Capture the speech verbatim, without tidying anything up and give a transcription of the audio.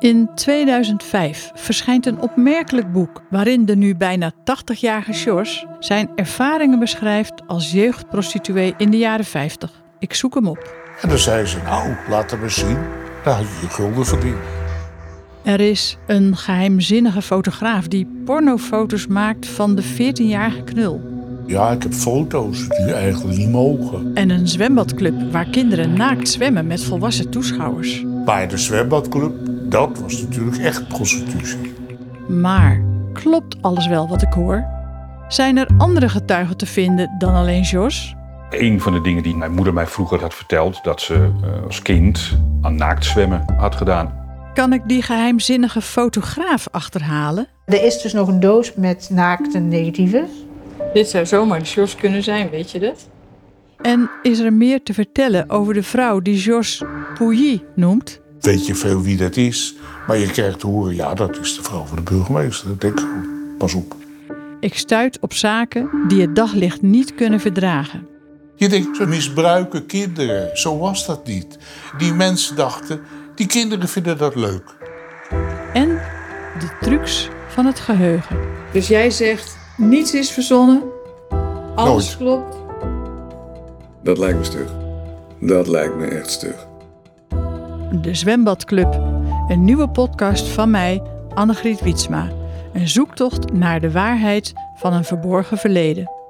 In tweeduizend vijf verschijnt een opmerkelijk boek waarin de nu bijna tachtigjarige Jos zijn ervaringen beschrijft als jeugdprostituee in de jaren vijftig. Ik zoek hem op. En dan zei ze, nou, laat hem eens zien. Daar had je je gulden verdiend. Er is een geheimzinnige fotograaf die pornofoto's maakt van de veertienjarige knul. Ja, ik heb foto's die eigenlijk niet mogen. En een zwembadclub waar kinderen naakt zwemmen met volwassen toeschouwers. Bij de zwembadclub, dat was natuurlijk echt prostitutie. Maar klopt alles wel wat ik hoor? Zijn er andere getuigen te vinden dan alleen Jos? Een van de dingen die mijn moeder mij vroeger had verteld, dat ze uh, als kind aan naaktzwemmen had gedaan. Kan ik die geheimzinnige fotograaf achterhalen? Er is dus nog een doos met naakte negatieven. Dit zou zomaar de Jos kunnen zijn, weet je dat? En is er meer te vertellen over de vrouw die Jos Pouilly noemt? Weet je veel wie dat is, maar je krijgt te horen, ja, dat is de vrouw van de burgemeester. Dat denk ik, pas op. Ik stuit op zaken die het daglicht niet kunnen verdragen. Je denkt, ze misbruiken kinderen. Zo was dat niet. Die mensen dachten, die kinderen vinden dat leuk. En de trucs van het geheugen. Dus jij zegt, niets is verzonnen, alles Nooit. klopt. Dat lijkt me stug. Dat lijkt me echt stug. De Zwembadclub. Een nieuwe podcast van mij, Annegriet Wietsma. Een zoektocht naar de waarheid van een verborgen verleden.